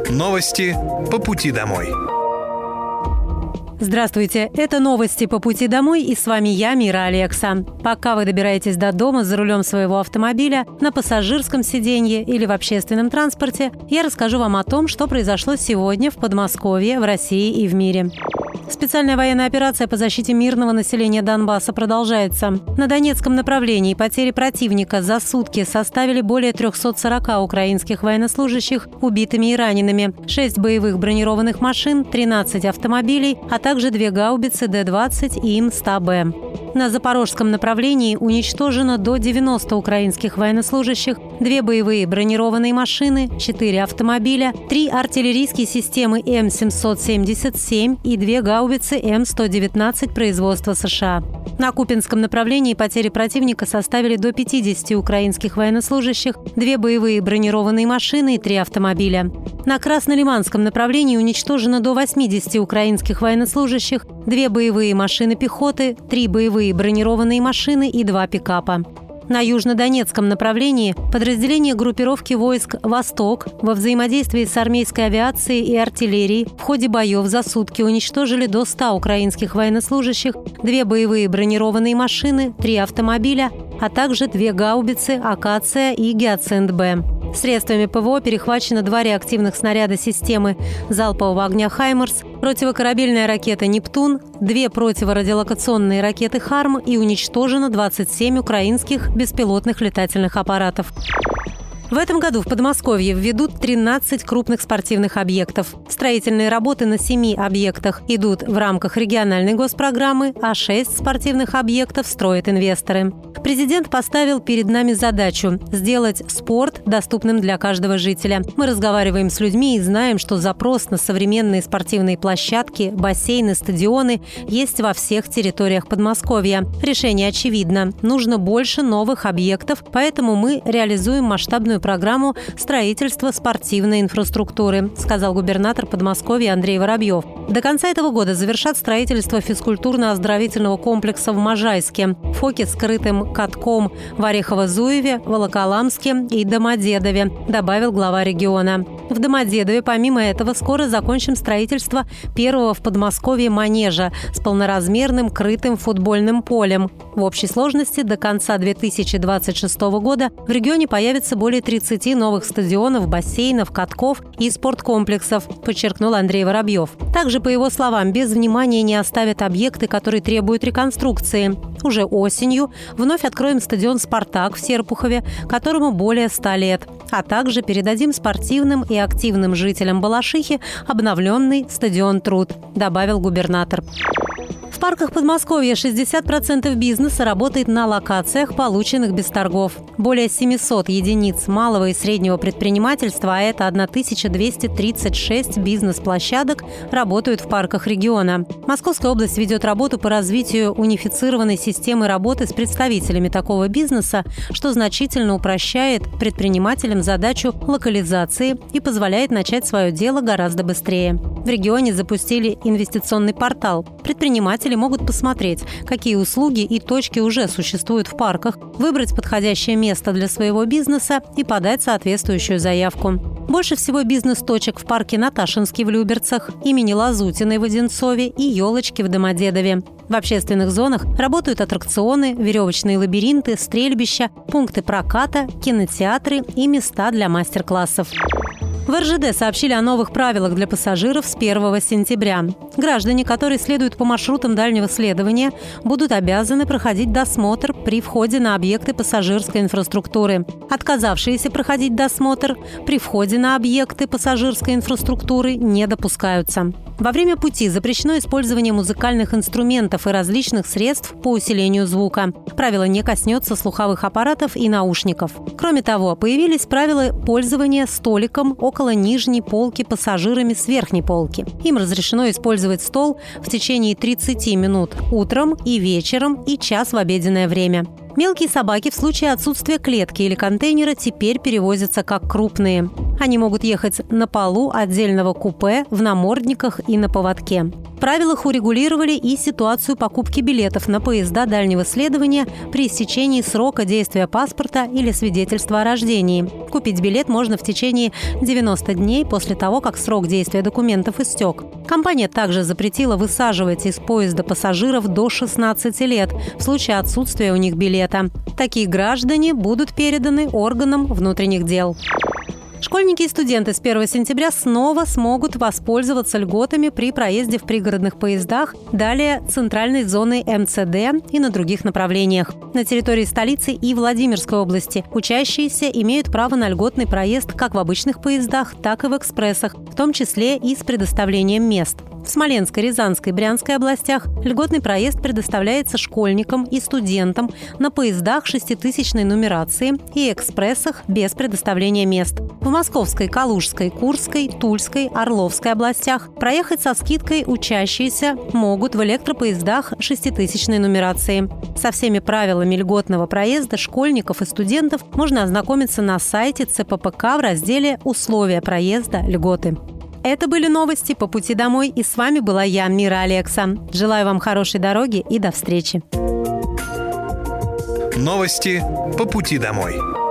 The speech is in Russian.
Новости по пути домой. Здравствуйте, это новости по пути домой, и с вами я, Мира Алекса. Пока вы добираетесь до дома за рулем своего автомобиля, на пассажирском сиденье или в общественном транспорте, я расскажу вам о том, что произошло сегодня в Подмосковье, в России и в мире. Специальная военная операция по защите мирного населения Донбасса продолжается. На Донецком направлении потери противника за сутки составили более 340 украинских военнослужащих убитыми и ранеными, 6 боевых бронированных машин, 13 автомобилей, а также 2 гаубицы Д-20 и Им-100Б. На Запорожском направлении уничтожено до 90 украинских военнослужащих, 2 боевые бронированные машины, 4 автомобиля, 3 артиллерийские системы М777 и 2 гаубицы М119 производства США. На Купянском направлении потери противника составили до 50 украинских военнослужащих, 2 боевые бронированные машины и 3 автомобиля. На Краснолиманском направлении уничтожено до 80 украинских военнослужащих, 2 боевые машины пехоты, 3 боевые бронированные машины и 2 пикапа. На южнодонецком направлении подразделения группировки войск «Восток» во взаимодействии с армейской авиацией и артиллерией в ходе боев за сутки уничтожили до 100 украинских военнослужащих, 2 боевые бронированные машины, 3 автомобиля, а также 2 гаубицы «Акация» и «Гиацинт-Б». Средствами ПВО перехвачено 2 реактивных снаряда системы залпового огня «Хаймерс», противокорабельная ракета «Нептун», 2 противорадиолокационные ракеты «Харм» и уничтожено 27 украинских беспилотных летательных аппаратов. В этом году в Подмосковье введут 13 крупных спортивных объектов. Строительные работы на 7 объектах идут в рамках региональной госпрограммы, а 6 спортивных объектов строят инвесторы. Президент поставил перед нами задачу – сделать спорт доступным для каждого жителя. Мы разговариваем с людьми и знаем, что запрос на современные спортивные площадки, бассейны, стадионы есть во всех территориях Подмосковья. Решение очевидно – нужно больше новых объектов, поэтому мы реализуем масштабную программу строительства спортивной инфраструктуры, сказал губернатор Подмосковья Андрей Воробьев. До конца этого года завершат строительство физкультурно-оздоровительного комплекса в Можайске, ФОКе с крытым катком в Орехово-Зуеве, Волоколамске и Домодедове, добавил глава региона. В Домодедове, помимо этого, скоро закончим строительство первого в Подмосковье манежа с полноразмерным крытым футбольным полем. В общей сложности до конца 2026 года в регионе появится более 30 новых стадионов, бассейнов, катков и спорткомплексов, подчеркнул Андрей Воробьев. Также, по его словам, без внимания не оставят объекты, которые требуют реконструкции. Уже осенью вновь откроем стадион «Спартак» в Серпухове, которому более 100 лет. А также передадим спортивным и активным жителям Балашихи обновленный стадион «Труд», добавил губернатор. В парках Подмосковья 60% бизнеса работает на локациях, полученных без торгов. Более 700 единиц малого и среднего предпринимательства, а это 1236 бизнес-площадок, работают в парках региона. Московская область ведет работу по развитию унифицированной системы работы с представителями такого бизнеса, что значительно упрощает предпринимателям задачу локализации и позволяет начать свое дело гораздо быстрее. В регионе запустили инвестиционный портал. Предприниматели могут посмотреть, какие услуги и точки уже существуют в парках, выбрать подходящее место для своего бизнеса и подать соответствующую заявку. Больше всего бизнес-точек в парке Наташинский в Люберцах, имени Лазутиной в Одинцове и Елочки в Домодедове. В общественных зонах работают аттракционы, веревочные лабиринты, стрельбища, пункты проката, кинотеатры и места для мастер-классов. В РЖД сообщили о новых правилах для пассажиров с 1 сентября. Граждане, которые следуют по маршрутам дальнего следования, будут обязаны проходить досмотр при входе на объекты пассажирской инфраструктуры. Отказавшиеся проходить досмотр при входе на объекты пассажирской инфраструктуры не допускаются. Во время пути запрещено использование музыкальных инструментов и различных средств по усилению звука. Правило не коснется слуховых аппаратов и наушников. Кроме того, появились правила пользования столиком около нижней полки пассажирами с верхней полки. Им разрешено использовать стол в течение 30 минут утром и вечером и час в обеденное время. Мелкие собаки в случае отсутствия клетки или контейнера теперь перевозятся как крупные. Они могут ехать на полу отдельного купе, в намордниках и на поводке. В правилах урегулировали и ситуацию покупки билетов на поезда дальнего следования при истечении срока действия паспорта или свидетельства о рождении. Купить билет можно в течение 90 дней после того, как срок действия документов истек. Компания также запретила высаживать из поезда пассажиров до 16 лет в случае отсутствия у них билета. Такие граждане будут переданы органам внутренних дел. Школьники и студенты с 1 сентября снова смогут воспользоваться льготами при проезде в пригородных поездах, далее центральной зоной МЦД и на других направлениях. На территории столицы и Владимирской области учащиеся имеют право на льготный проезд как в обычных поездах, так и в экспрессах, в том числе и с предоставлением мест. В Смоленской, Рязанской, Брянской областях льготный проезд предоставляется школьникам и студентам на поездах 6000-й нумерации и экспрессах без предоставления мест. В Московской, Калужской, Курской, Тульской, Орловской областях проехать со скидкой учащиеся могут в электропоездах 6000-й нумерации. Со всеми правилами льготного проезда школьников и студентов можно ознакомиться на сайте ЦППК в разделе «Условия проезда, льготы». Это были новости по пути домой, и с вами была я, Мира Алекса. Желаю вам хорошей дороги и до встречи. Новости по пути домой.